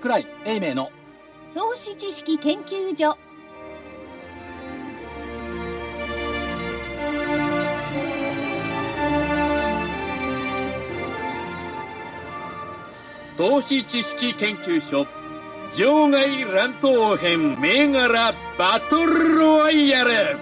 櫻井英明の投資知識研究所。 投資知識研究所場外乱闘編銘柄バトルロワイヤル。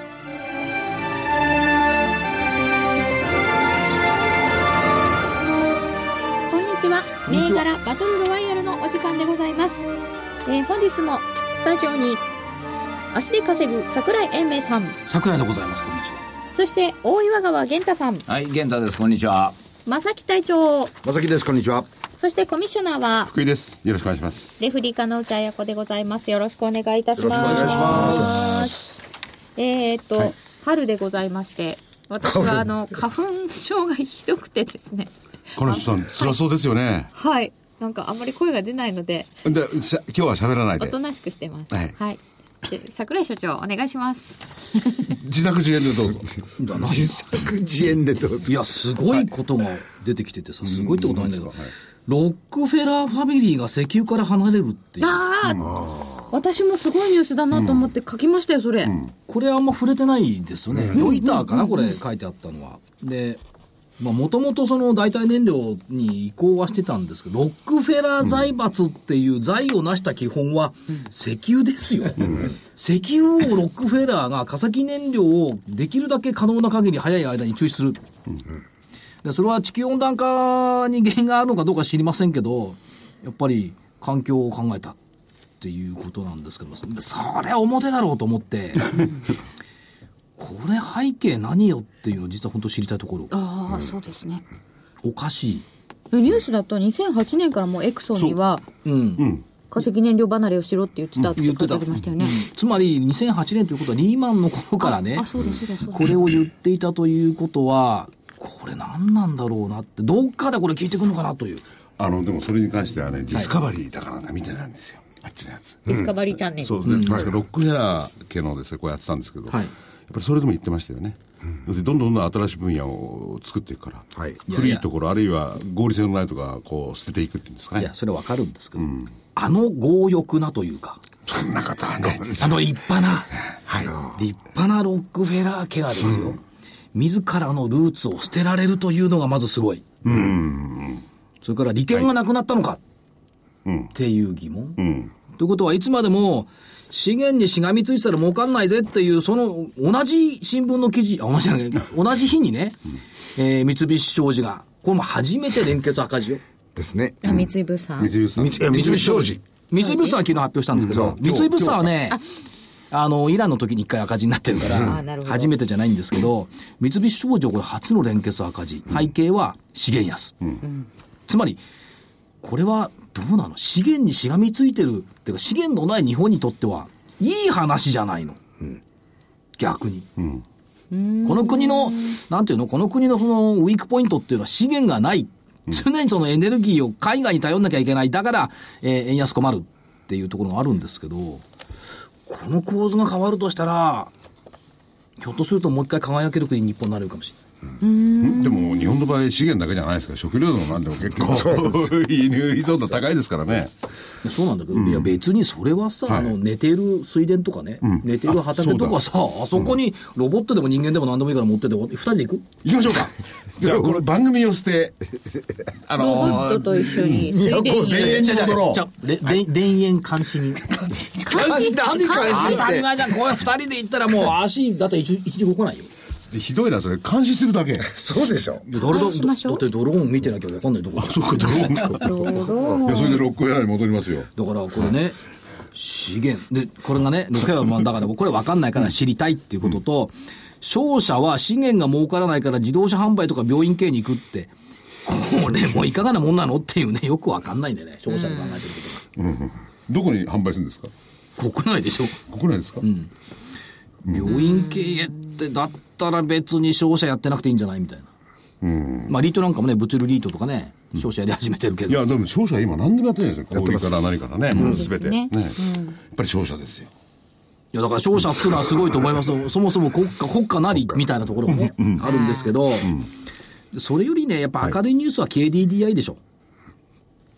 こんにちは。銘柄バトルロワイヤルのお時間でございます。本日もスタジオに足で稼ぐ櫻井英明さん、 櫻井でございます。こんにちは。 そして大岩川源太さん。 はい、源太です。こんにちは。 正木隊長。 正木です。こんにちは。 そしてコミッショナーは福井です。よろしくお願いします。 レフリー課の内彩子でございます。よろしくお願いいたします。 よろしくお願いします。 はい、春でございまして、私は花粉症がひどくてですね。 この人さん辛そうですよね。 はい。なんかあんまり声が出ないので。 今日は喋らないで。 おとなしくしてます。 はい。 はい。で、櫻井所長お願いします。 自作自演でどうぞ。 自作自演でどうぞ。 いや、すごいことが出てきててさ、すごいってことないんだけど、ロックフェラーファミリーが石油から離れるっていう。 私もすごいニュースだなと思って書きましたよ、それ。 これあんま触れてないですよね。ロイターかな、これ書いてあったのは。で、もともとその代替燃料に移行はしてたんですけど、ロックフェラー財閥っていう財を成した基本は石油ですよ。石油をロックフェラーが化石燃料をできるだけ可能な限り早い間に中止する。でそれは地球温暖化に原因があるのかどうか知りませんけど、やっぱり環境を考えたっていうことなんですけど、それは表だろうと思って、これ背景何よっていうのを実は本当知りたいところ。 ああ、そうですね。 おかしい。 ニュースだと2008年からもうエクソンには、化石燃料離れをしろって言ってたって書いてありましたよね。 つまり2008年ということはリーマンの頃からね、これを言っていたということは、これ何なんだろうなって、どっかでこれ聞いてくるのかなという。 でもそれに関してはね、ディスカバリーだからね、見てないんですよ。あっちのやつ。 ディスカバリーチャンネル。 そうですね。確かロックフェラー系のですね、こうやってたんですけど、やっぱりそれでも言ってましたよね。どんどん新しい分野を作っていくから、古いところあるいは合理性のないとかこう捨てていくっていうんですかね。 いや、それはわかるんですけど、強欲なというか、 そんなことはないです。 立派な、立派なロックフェラー家がですよ、自らのルーツを捨てられるというのがまずすごい。それから利権がなくなったのか、っていう疑問。ということはいつまでも資源にしがみついてたら儲かんないぜっていう、その同じ新聞の記事、同じ日にね、三菱商事が、これも初めて連結赤字よ。 ですね。 三井物産。 三菱商事。 三井物産は昨日発表したんですけど、三井物産はね、イランの時に一回赤字になってるから、初めてじゃないんですけど、三菱商事はこれ初の連結赤字。背景は資源安。つまり、これはどうなの？資源にしがみついてるっていうか、資源のない日本にとってはいい話じゃないの。逆に。この国の、なんていうの？この国のそのウィークポイントっていうのは資源がない。常にそのエネルギーを海外に頼んなきゃいけない。だから、円安困るっていうところがあるんですけど、この構図が変わるとしたら、ひょっとするともう一回輝ける国に日本になれるかもしれない。 でも日本の場合資源だけじゃないですから、食料でも何でも結構輸入依存度高いですからね。 そうなんだけど、いや別にそれはさ、寝ている水田とかね、寝ている畑とかさ、あそこにロボットでも人間でも何でもいいから持ってて、2人で行く？ 行きましょうか。じゃあこの番組を捨て、 ロボットと一緒に水田に戻ろう。 田園監視に。 監視って何監視って。 当たり前じゃん。これ2人で行ったらもう足だって一日動かないよ。 ひどいな、それ監視するだけ。 そうでしょ。 だってドローン見てなきゃ分かんないところ。 そうか、ドローンか。いや、それでロックフェラーに戻りますよ。 だからこれね、資源で、これがね、ロックフェラーだからこれ分かんないから知りたいっていうことと、商社は資源が儲からないから自動車販売とか病院系に行くって、これもういかがなもんなのっていうね、よく分かんないんでね、商社の考えてることが。 どこに販売するんですか？ 国内でしょ。 国内ですか？ 病院経営ってだったら別に商社やってなくていいんじゃないみたいな。まあリートなんかもね、物流リートとかね、商社やり始めてるけど。 いや、でも商社は今何でもやってるんですよ。小売から何からね、もう全て。ね。やっぱり商社ですよ。 いやだから商社っていうのはすごいと思います。そもそも国家なりみたいなところもね、あるんですけど、それよりね、やっぱ明るいニュースは KDDI でしょ。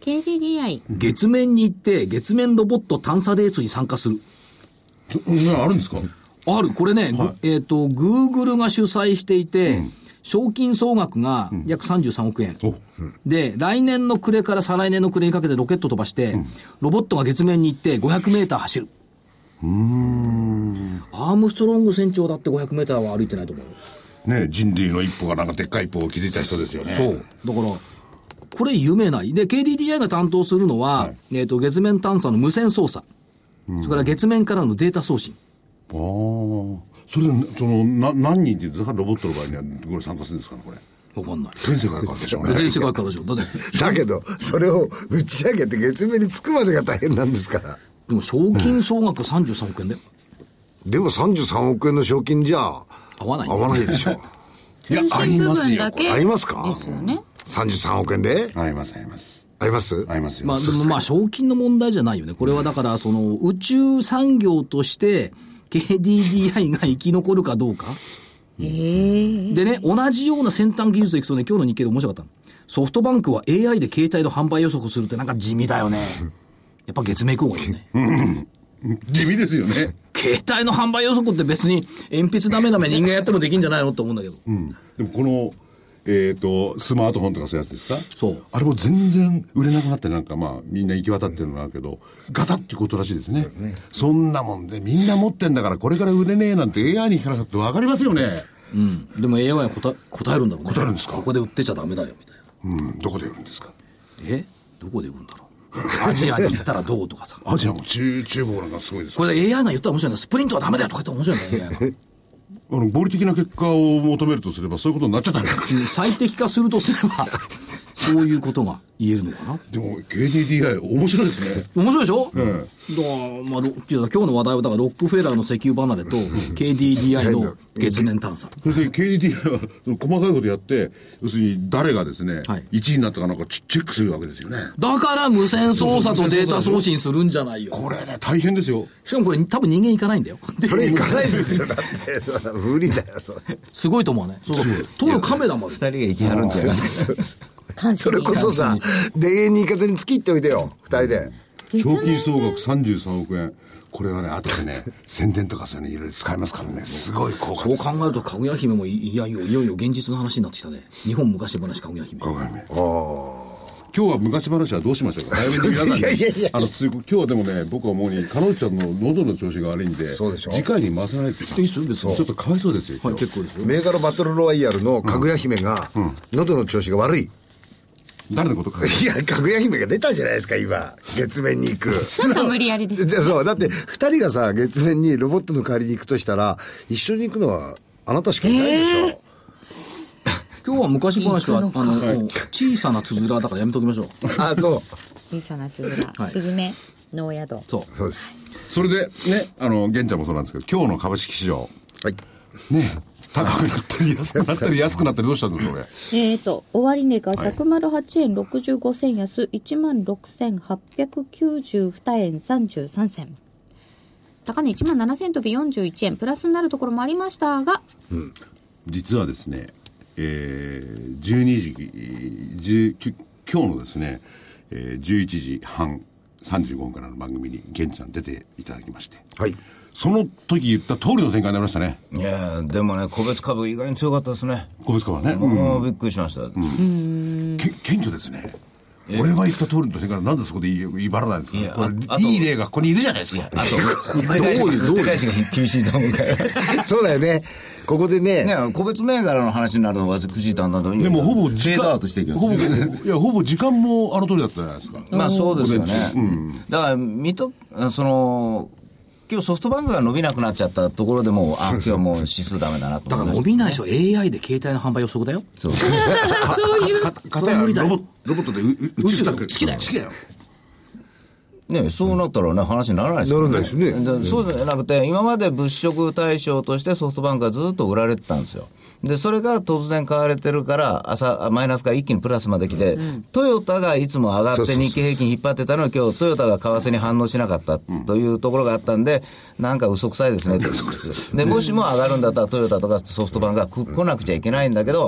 KDDI。 月面に行って、月面ロボット探査レースに参加する。 あるんですか？ ある。これね、Google が主催していて、賞金総額が約33億円。で、来年の暮れから再来年の暮れにかけてロケット飛ばして、ロボットが月面に行って500メーター走る。アームストロング船長だって500メーターは歩いてないと思うよ。 ね、人類の一歩がなんかでっかい一歩を築いた人ですよね。 そう。だから、これ夢ない。で、KDDI が担当するのは、月面探査の無線操作。それから月面からのデータ送信。 ああ。それで、何人ってロボットの場合にはこれ参加するんですかね、これ。 わかんない。 全世界からでしょうね。 全世界からでしょ。 だけど、それを打ち上げて月面に着くまでが大変なんですから。 でも賞金総額33億円だよ。 でも33億円の賞金じゃ合わない。 合わないでしょ。 いや、合いますよ。 合いますか？ ですよね。 33億円で？ 合います。合いますよ。 まあ、でも賞金の問題じゃないよね。これはだから、宇宙産業として、KDDI が生き残るかどうか。でね、同じような先端技術でいくとね、今日の日経で面白かった。ソフトバンクは AI で携帯の販売予測するってなんか地味だよね。やっぱ月面行こうがいいよね。 地味ですよね。 携帯の販売予測って別に鉛筆ダメ人間やってもできんじゃないのって思うんだけど。 でもこの、スマートフォンとかそういうやつですか？ そう。 あれも全然売れなくなってなんかまあみんな行き渡ってるのがあるけど、ガタってことらしいですね。そんなもんでみんな持ってんだからこれから売れねえなんて AI に聞かなかったら分かりますよね。 でも AI は答えるんだろうね。 答えるんですか？ ここで売ってちゃダメだよみたいな。どこで売るんですか？ どこで売るんだろう。アジアに行ったらどうとかさ。 アジアも中国なんかすごいです。 これ AI が言ったら面白いんだ。スプリントはダメだよとか言ったら面白いんだよね。 合理的な結果を求めるとすればそういうことになっちゃったんです最適化するとすればそういうことが言えるのかな。 でも KDDI 面白いですね。 面白いでしょ。だからまあ今日の話題はだからロックフェラーの石油離れと KDDI の月面探査。 それで KDDI は細かいことやって要するに誰がですね、1位になったかなんかチェックするわけですよね。 だから無線操作とデータ送信するんじゃないよ。 これね大変ですよ。 しかもこれ多分人間行かないんだよ。 それ行かないですよ。だって無理だよそれ。 すごいと思うね。撮るカメラまで 2人が行きはるんちゃいますか。 それこそさ田園に行かずに月行っておいてよ2人で。 賞金総額33億円。これはね後でね宣伝とかそういうのいろいろ使えますからね。すごい効果です。 そう考えるとかぐや姫もいよいよ現実の話になってきたね。日本昔話かぐや姫。 かぐや姫。今日は昔話はどうしましょうか。早めに皆さんに今日はでもね僕は思うに彼女ちゃんの喉の調子が悪いんで次回に回さないですよ。 いいっすよ。 ちょっとかわいそうですよ。 はい、結構ですよ。 銘柄バトルロワイヤルのかぐや姫が喉の調子が悪い。 誰のことか。 いや、かぐや姫が出たじゃないですか、今。月面に行く。 ちょっと無理やりです。 そう、だって、二人がさ、月面にロボットの代わりに行くとしたら、一緒に行くのは、あなたしかいないでしょ。 今日は昔話は、小さなつづらだからやめときましょう。 あ、そう。 小さなつづら。スズメ、ノーヤド。 そうです。 それで、ね、玄ちゃんもそうなんですけど、今日の株式市場。はい。ね高くなったり安くなったり安くなったりどうしたんですかこれ。 終値が108円65銭安 16,892 円33銭。高値17,000飛び41円プラスになるところもありましたが、 実はですね、12時今日のですね、11時半35分からの番組に玄ちゃん出ていただきまして、はい。その時言った通りの展開になりましたね。 いやでもね個別株意外に強かったですね。 個別株はね。 もうびっくりしました。 謙虚ですね。俺が言った通りの展開なんでそこで威張らないんですか。いい例がここにいるじゃないですか。 あとどういう返しが厳しいと思うからそうだよね。ここでね個別銘柄の話になるのがくじいたんだと。 でもほぼ時間としていきます。 ほぼ時間もあの通りだったじゃないですか。 まあそうですよね。だから今日ソフトバンクが伸びなくなっちゃったところでも今日はもう指数ダメだなと思いました。 だから伸びないでしょ。AI で携帯の販売予測だよ。 そういう片やロボットで宇宙だけ月だよ。 ね、そうなったらね、話にならないですよね。 ならないですね。 そうじゃなくて、今まで物色対象としてソフトバンクがずっと売られてたんですよ。で、それが突然買われてるから、マイナスから一気にプラスまで来て、トヨタがいつも上がって日経平均引っ張ってたのに、今日トヨタが為替に反応しなかったというところがあったんで、なんか嘘くさいですねって。で、もしも上がるんだったらトヨタとかソフトバンクが来なくちゃいけないんだけど、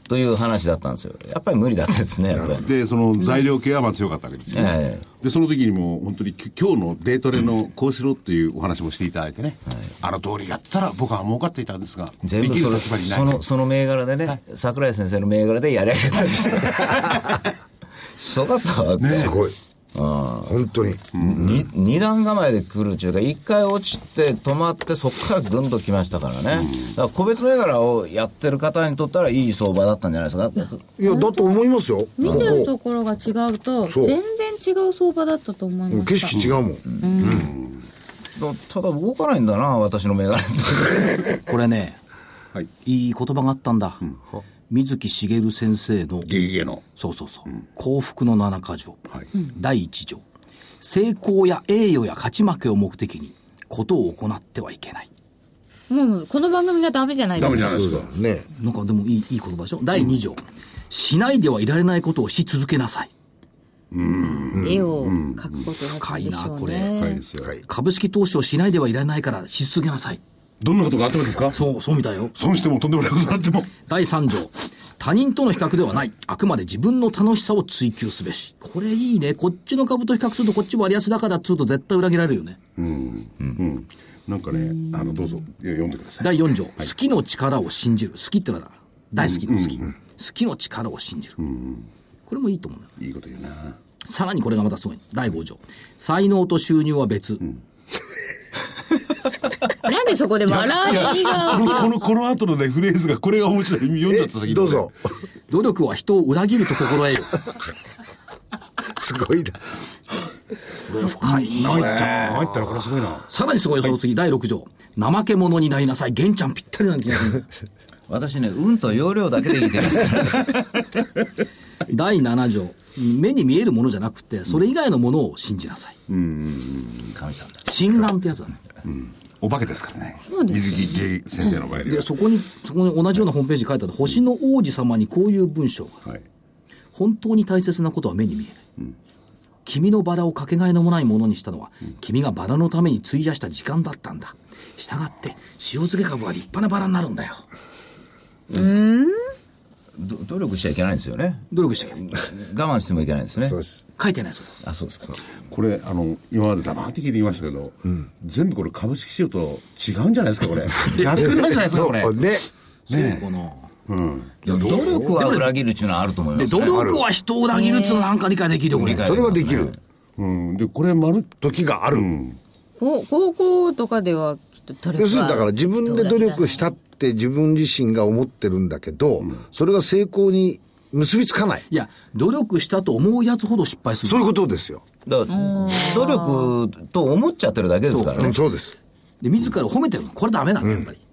という話だったんですよ。やっぱり無理だったですね。 で、その材料系は強かったわけですよ、ねで、その時にも本当に今日のデートレのこうしろっていうお話もしていただいてね、あの通りやったら僕は儲かっていたんですが、 全部その銘柄でね、桜井先生の銘柄でやり上げたんですよ。すごかったわ、 ね、すごい。本当に二段構えで来るっていうか、一回落ちて止まってそこからぐんと来ましたからね、だから個別銘柄をやってる方にとったらいい相場だったんじゃないですか。 いやだと思いますよ。 見てるところが違うと全然違う相場だったと思います。 景色違うもん、 ただ動かないんだな私の銘柄これね、いい言葉があったんだ、水木しげる先生のゲゲゲのそう、幸福の七か条、第一条、成功や栄誉や勝ち負けを目的にことを行ってはいけない。 もうこの番組がダメじゃないですか。 ダメじゃないですかね。 なんかでもいい言葉でしょ。第二条、しないではいられないことをし続けなさい。 絵を描くことが深いなこれ。 深いですよ。 株式投資をしないではいられないからし続けなさい。 どんなことがあったんですか。 そうみたいよ。 損してもとんでもないことになっても。 第3条、他人との比較ではない、あくまで自分の楽しさを追求すべし。これいいね。こっちの株と比較するとこっち割安だからっつうと絶対裏切られるよね。 なんかね、どうぞ読んでください。 第4条、好きの力を信じる。好きってのは大好きの好き、好きの力を信じる、これもいいと思うよ。 いいこと言うな。 さらにこれがまたすごい。第5条、才能と収入は別、 なんでそこで笑いがこの後のねフレーズがこれが面白い。読んじゃった先にどうぞ。 努力は人を裏切ると心得よ。 すごいな。 これ深いな。 入ったらこれすごいな。 さらにすごいその次、第6条、怠け者になりなさい。玄ちゃんぴったりなん気がする。 私ね、運と容量だけで生きてますから第7条、目に見えるものじゃなくてそれ以外のものを信じなさい。 神様だ。 心眼ってやつだね。 お化けですからね。 そうですね。 水木先生の場合でそこに同じようなホームページに書いてある星の王子様にこういう文章が、本当に大切なことは目に見えない、君のバラをかけがえのもないものにしたのは、君がバラのために費やした時間だったんだ。したがって塩漬け株は立派なバラになるんだよ。 努力しちゃいけないんですよね。 努力して我慢してもいけないんですね。 そうです。 書いてないそれ。 あ、そうですか。 これ今まで黙って聞いてきましたけど、全部これ株式市場と違うんじゃないですかこれ。逆なんじゃないですかこれ。 そうね。 そうかな。 いや努力は裏切るっていうのはあると思います、 で努力は人を裏切るっていうのはなんか理解できるよ、これ。 それはできる。 でこれ時がある。 高校とかではきっと努力は要するにだから自分で努力したって自分自身が思ってるんだけど、それが成功に結びつかない。 いや努力したと思うやつほど失敗する。 そういうことですよ。 だから努力と思っちゃってるだけですからね。 そうです。 で自ら褒めてるのこれダメなんだやっぱり。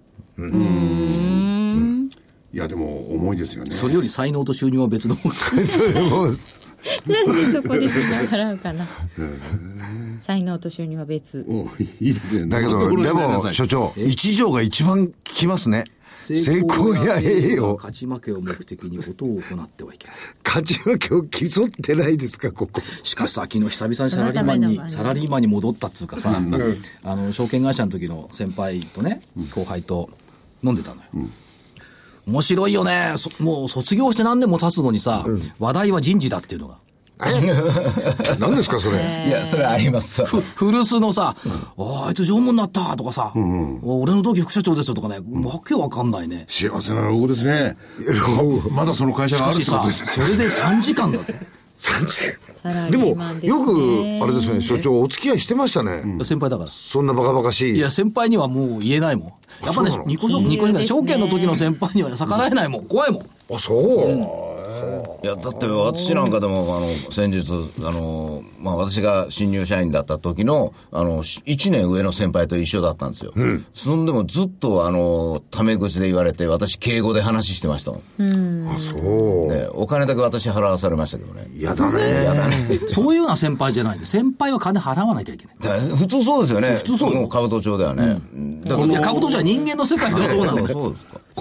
いやでも重いですよね。 それより才能と収入は別のそれもなんでそこで払うかな。才能と収入は別。 いいですね。 だけどでも所長一条が一番効きますね。成功や栄誉、 勝ち負けを目的にことを行ってはいけない。 勝ち負けを競ってないですかここ。 しかしさ、昨日久々にサラリーマンに戻ったっつうかさ、証券会社の時の先輩とね、後輩と飲んでたのよ。面白いよね。もう卒業して何年も経つのにさ、話題は人事だっていうのが。 何ですかそれ。 いやそれあります古巣のさ、あいつ常務になったとかさ、俺の同期副社長ですよとかね、わけわかんないね。 幸せな老後ですね。まだその会社があるってことですね。 それで3時間だぜ。 3時間。でもよくあれですね、所長お付き合いしてましたね。 先輩だから。 そんなバカバカしい。 いや先輩にはもう言えないもん。やっぱね、ニコ証券の時の先輩には逆らえないもん。怖いもん。 あ、そう。 いやだって私なんかでも先日私が新入社員だった時の1年上の先輩と一緒だったんですよ、そんでもずっとタメ口で言われて私敬語で話してましたもん。 あ、そうでお金だけ私払わされましたけどね。 嫌だね。 そういうような先輩じゃないで、先輩は金払わなきゃいけない。 普通そうですよね。 普通そうよ。 兜町ではね、 いや兜町は人間の世界ではそうなの。 そうですか。 こ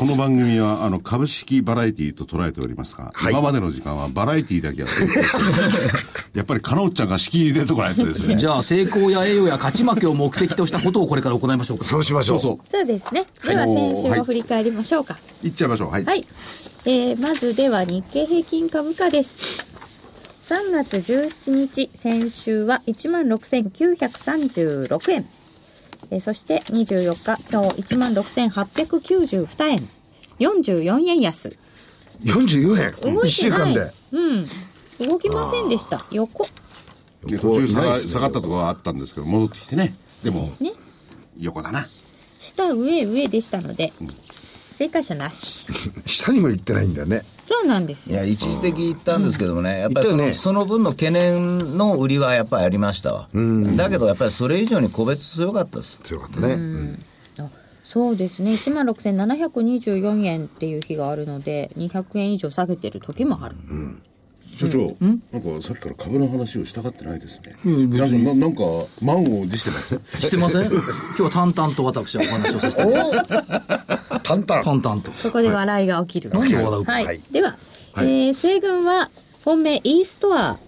この番組は株式バラエティと捉えておりますが、今までの時間はバラエティだけやってるやっぱりかのっちゃんが式に出てこないとですね。 じゃあ成功や栄誉や勝ち負けを目的としたことをこれから行いましょうか。 そうしましょう。 そうですね。では先週を振り返りましょうか。 いっちゃいましょう。はい。 まずでは日経平均株価です。3月17日、先週は 16,936 円。そして24日、今日 16,892 円。44円安。 44円動いてない。 1週間で。 動きませんでした。横。 途中下がったところはあったんですけど、戻ってきてね。でも、横だな。 下、上でしたので、正解者なし。 下にも行ってないんだよね。 そうなんですよ。 いや、一時的言ったんですけどもね、やっぱりその分の懸念の売りはやっぱりありましたわ。だけどやっぱりそれ以上に個別強かったです。 強かったね。 そうですね。16,724 円っていう日があるので、200円以上下げてる時もある。 所長、なんかさっきから株の話をしたがってないですね。なんか満を持してますしてません今日は淡々と私はお話をさせて淡々 とそこで笑いが起きる。 なんで笑うか。 では、西軍は本命イーストア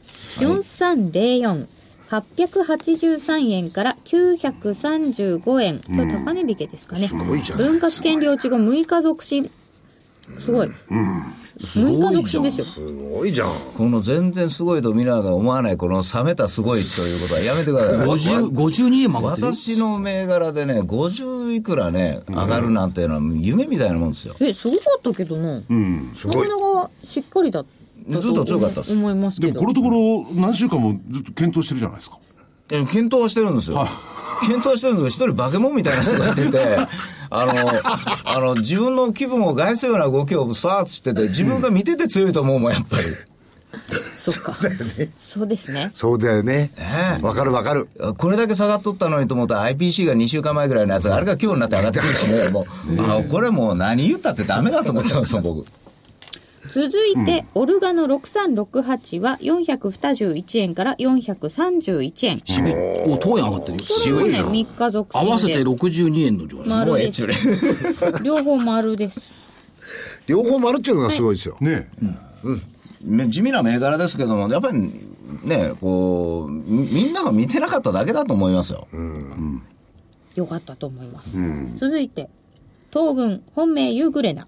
4304、883円から935円と高値引けですかね。分割権領地後6日続伸。すごい。6日続伸ですよ。 すごいじゃん。 この全然すごいとみんなが思わないこの冷めたすごいということはやめてください。 52円も上がってる。 私の銘柄でね、50いくらね、上がるなんていうのは夢みたいなもんですよ。 すごかったけどな。なかなかしっかりだったずっと強かったです。 思いますけど。 でもこのところ何週間もずっと検討してるじゃないですか。 検討はしてるんですよ。検討してるんですけど、一人化け物みたいな人がいてて、自分の気分を害するような動きをスタートしてて、自分が見てて強いと思うもん、やっぱり。 そっか。そうですね。 そうだよね。わかる。 これだけ下がっとったのにと思ったら IPC が2週間前ぐらいのやつが、あれが今日になって上がってくるしね、もう、これもう何言ったってダメだと思ってますよ、僕。 続いて、オルガノ6368は421円から431円。 渋い。当円上がってるよ。 それもね、3日続伸で。 合わせて62円の上昇。 丸です。両方丸です。 両方丸っていうのがすごいですよ。 ね地味な銘柄ですけども、やっぱりね、こう、みんなが見てなかっただけだと思いますよ。 よかったと思います。続いて、東軍本命ユーグレナ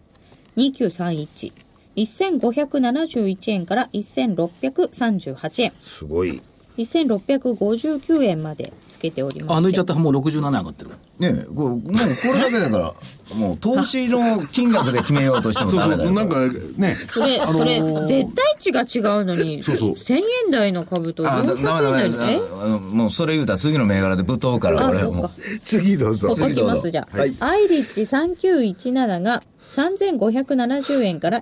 2931。1571円から1638円。 すごい。 1659円までつけております。 抜いちゃったらもう67円上がってる。 ねえ、もうこれだけだから、もう投資の金額で決めようとしてもダメだよ。 なんかね。 それ、絶対値が違うのに、1000円台の株と400円台のもうそれ言うたら次の銘柄でぶっ飛ぶから、俺もう。 次どうぞ。 ここ来ます、じゃあ。アイリッチ3917が、3570円から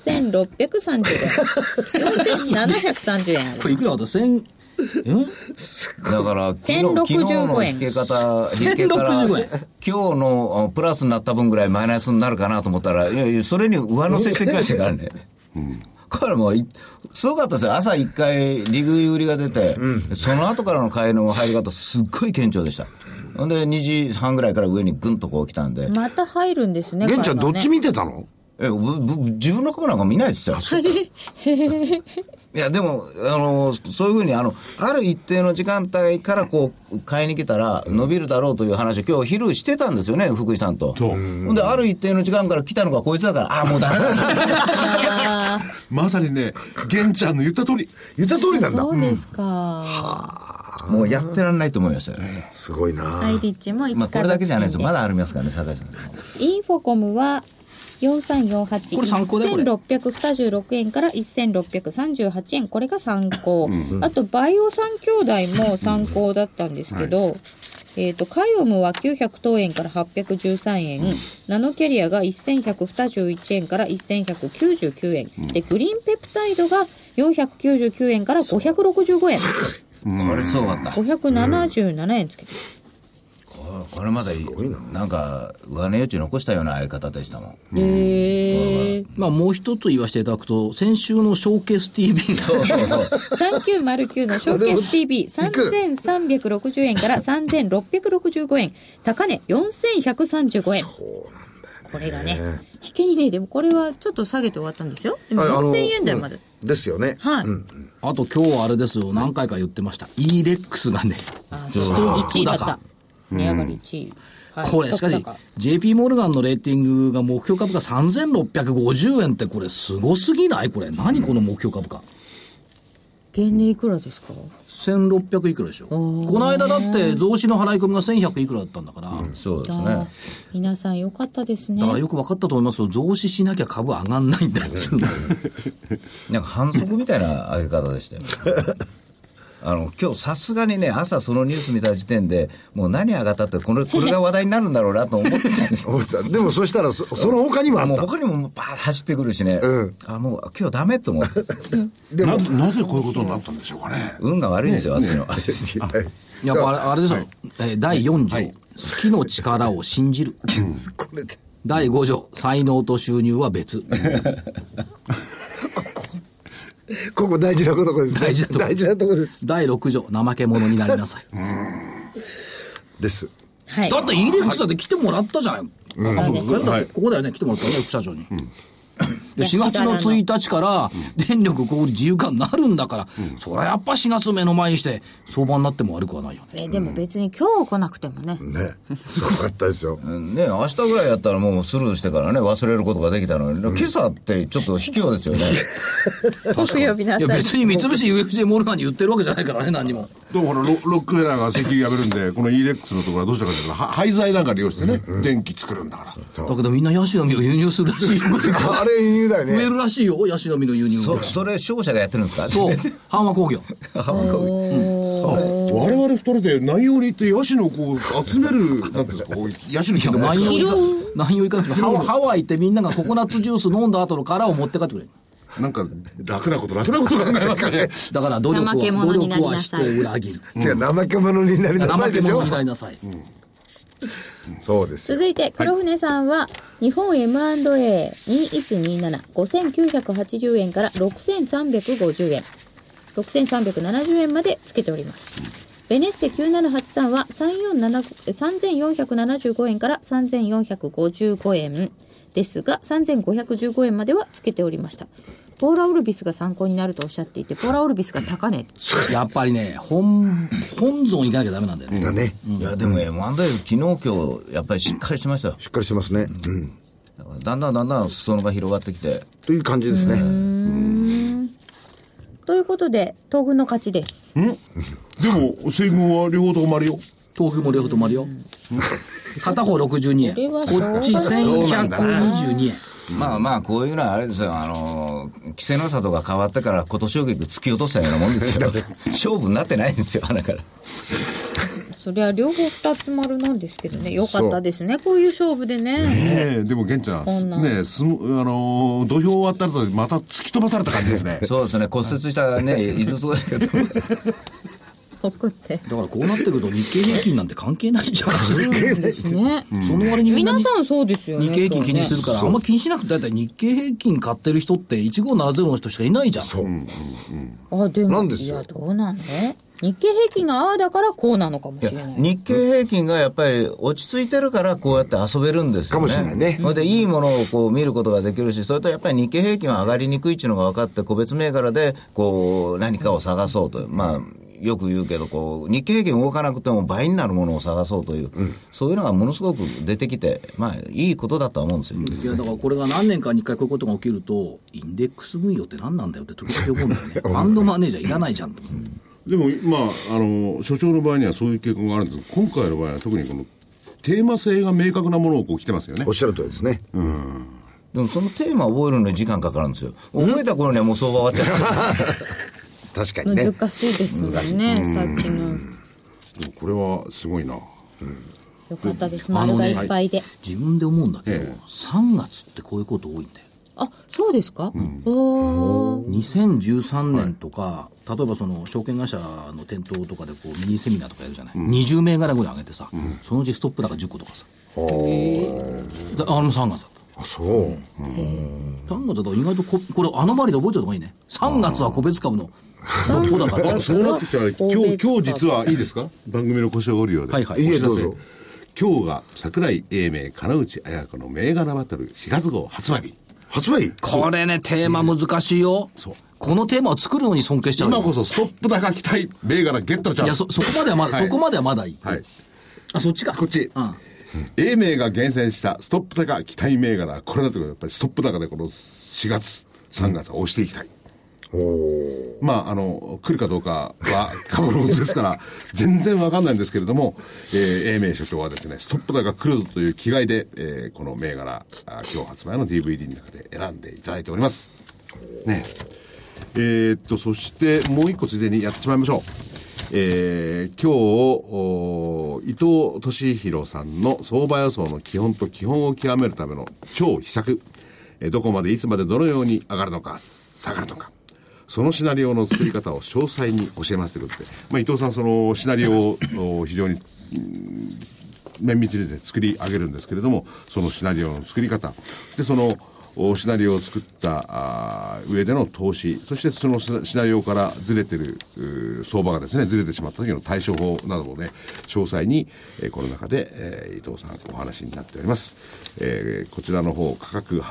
4630円。4730円ある。 これいくらだった1000、 だから、昨日の引けから 1065円。 今日のプラスになった分ぐらいマイナスになるかなと思ったら、いや、それに上乗せしてきましたからね。これもう、すごかったですよ。朝1回、利食い売りが出て、その後からの買いの入り方、すっごい顕著でした。ほんで、2時半ぐらいから上にぐんとこう来たんで。 また入るんですね。 玄ちゃんどっち見てたの？ 自分の株なんか見ないですよ。いや、でも、そういうふうに、ある一定の時間帯からこう、買いに来たら伸びるだろうという話を今日昼してたんですよね、福井さんと。ほんで、ある一定の時間から来たのがこいつだから、もうダメだまさにね、玄ちゃんの言った通りなんだ。 そうですか。 もうやってらんないと思いましたよね。 すごいな。 アイリッチも5日これだけじゃないですよ。まだありますからね、酒井さん。 インフォコムは、4348。 これ参考だよ、これ。 1626円から1638円。これが参考。あと、バイオ3兄弟も参考だったんですけど、カイオムは900等円から813円。ナノキャリアが1121円から1199円。で、グリーンペプタイドが499円から565円。 これそうだった。 577円つけてます。 これまでなんか上値余地残したような相方でしたもん。 まあもう一つ言わせていただくと、先週のショーケース TV がそう 3909のショーケース TV3360 円から3665円、高値4135円。 そうなんだよこれがね、引けにね、でもこれはちょっと下げて終わったんですよ。でも4000円台まで。 ですよね。 はい。 あと今日はあれですよ、何回か言ってました。E-REX がね、 1位だった。値上がり1位。 これしかし JP モルガンのレーティングが目標株価3650円ってこれすごすぎない？これ何この目標株価。 現値いくらですか ？1600いくらでしょ。この間だって増資の払い込みが1100いくらだったんだから、 そうですね。 皆さん良かったですね。 だからよく分かったと思いますよ。増資しなきゃ株上がんないんだよなんか反則みたいな上げ方でしたよ今日さすがにね、朝そのニュース見た時点でもう何上がったってこれが話題になるんだろうなと思ってたんですでもそしたらその他にもあった。 もう他にもバーッ走ってくるしね、もう今日ダメと思ってでもなぜこういうことになったんでしょうかね。 運が悪いんですよ、私のやっぱあれですよ、第4条、好きの力を信じるこれで第5条、才能と収入は別ここ大事なことですね。大事なとこです。 第6条、怠け者になりなさいです、 はい、 だって E-REX だって来てもらったじゃん、ここだよね、来てもらったね、副社長に、で4月の1日から電力小売自由化になるんだから、それはやっぱ4月目の前にして相場になっても悪くはないよね。 でも別に今日来なくてもね。 すごかったですよ。 ね、明日ぐらいやったらもうスルーしてからね、忘れることができたのに、今朝ってちょっと卑怯ですよね。 木曜日なさい。 いや別に三菱 UFJ モルガンに言ってるわけじゃないからね、何にも。 でもほらロックフェラーが石油やめるんで、この E-REX のところはどうしたかというと、廃材なんか利用してね、電気作るんだから。 だけどみんなヤシの実を輸入するらしいよ。 あれ輸入だよね。 増えるらしいよ、ヤシの実の輸入。 それ商社がやってるんですか？ そう、阪和工業。 我々二人で南洋に行ってヤシのこう集める、なんていうんですか、こうヤシの木の南洋行かなくてもハワイ行ってみんながココナッツジュース飲んだ後の殻を持って帰ってくれ。 なんか楽なこと考えますね。 だから努力は人を裏切る。 じゃあ怠け者になりなさいでしょ。 怠け者になりなさい。 そうです。 続いて黒船さんは日本 M&A2127 5980円から6350円6370円までつけております。ベネッセ9783は3475円から3455円ですが3515円まではつけておりました。ポーラオルビスが参考になるとおっしゃっていて、ポーラオルビスが高値。 やっぱりね、本尊いかなきゃダメなんだよね。 いやでも M&A 昨日今日やっぱりしっかりしてましたよ。 しっかりしてますね。 だんだん裾野が広がってきてという感じですね。 ということで東軍の勝ちです。 でも西軍は両方とも丸よ。 東軍も両方とも丸よ。片方62円、こっち1122円。 まあこういうのはあれですよ、稀勢の里が変わってから今年を突き落としたようなもんですよ。勝負になってないんですよ、だから。 そりゃ両方2つ丸なんですけどね、よかったですね、こういう勝負でね。 でも玄ちゃんね、土俵終わった後でまた突き飛ばされた感じですね。 そうですね、骨折したね、井筒だけど送ってだからこうなってくると日経平均なんて関係ないじゃん。 ですね。 その割に皆さんそうですよね。 日経平均気にするから、あんま気にしなくて、だいたい日経平均買ってる人って1570の人しかいないじゃん。 そう。 でもなんですよ。 いやどうなんね。日経平均がああだからこうなのかもしれない。 日経平均がやっぱり落ち着いてるからこうやって遊べるんですよね。 かもしれないね。 それでいいものをこう見ることができるし、それとやっぱり日経平均は上がりにくいっていうのが分かって、個別銘柄でこう何かを探そうと。よく言うけど日経平均動かなくても倍になるものを探そうという、そういうのがものすごく出てきて、いいことだとは思うんですよ。 いやだからこれが何年かに1回こういうことが起きると、インデックス運用って何なんだよって時々思うんだよね。ファンドマネージャーいらないじゃんと。 でも所長の場合にはそういう傾向があるんですけど、今回の場合は特にこのテーマ性が明確なものを来てますよね。 おっしゃるとおりですね。 でもそのテーマを覚えるのに時間かかるんですよ。覚えた頃にはもう相場終わっちゃったんです確かにね。 難しいですもんね、さっきの。 これはすごいな。 よかったです、丸がいっぱいで。 自分で思うんだけど、3月ってこういうこと多いんだよ。 あ、そうですか。 2013年とか、例えばその証券会社の店頭とかでこうミニセミナーとかやるじゃない。20銘柄ぐらい上げてさ、そのうちストップ高10個とかさ。3月だった。 あ、そう。 3月だと意外とこれアノマリで覚えておいた方がいいね。3月は個別株のトップだから。 そうなってきたら今日実はいいですか、番組の故障がおるようで。 はいはい。 いいえ、どうぞ。 今日が櫻井英明金内彩子の銘柄バトル4月号発売日。 これね、テーマ難しいよ。 そう。 このテーマを作るのに尊敬しちゃう。 今こそストップ高期待銘柄ゲットのチャンス。 いや、そこまではまだ、はい、そこまではまだいい。 はい。 あ、そっちか。 こっち。英明が厳選したストップ高期待銘柄、これだとやっぱりストップ高でこの4月、3月は押していきたい。まあ、来るかどうかは過去のことですから、全然わかんないんですけれども、英明所長はですね、ストップ高が来るという気概で、この銘柄、今日発売の DVD の中で選んでいただいております。ね。そしてもう一個ついでにやってしまいましょう。今日、伊藤俊弘さんの相場予想の基本と基本を極めるための超秘策。どこまでいつまでどのように上がるのか、下がるのか。そのシナリオの作り方を詳細に教えますということで、まあ、伊藤さんそのシナリオを非常に綿密に作り上げるんですけれども、そのシナリオの作り方、そしてそのシナリオを作った上での投資、そしてそのシナリオからずれてる相場がですね、ずれてしまった時の対処法などをね、詳細にこの中で伊藤さんお話になっております。こちらの方価格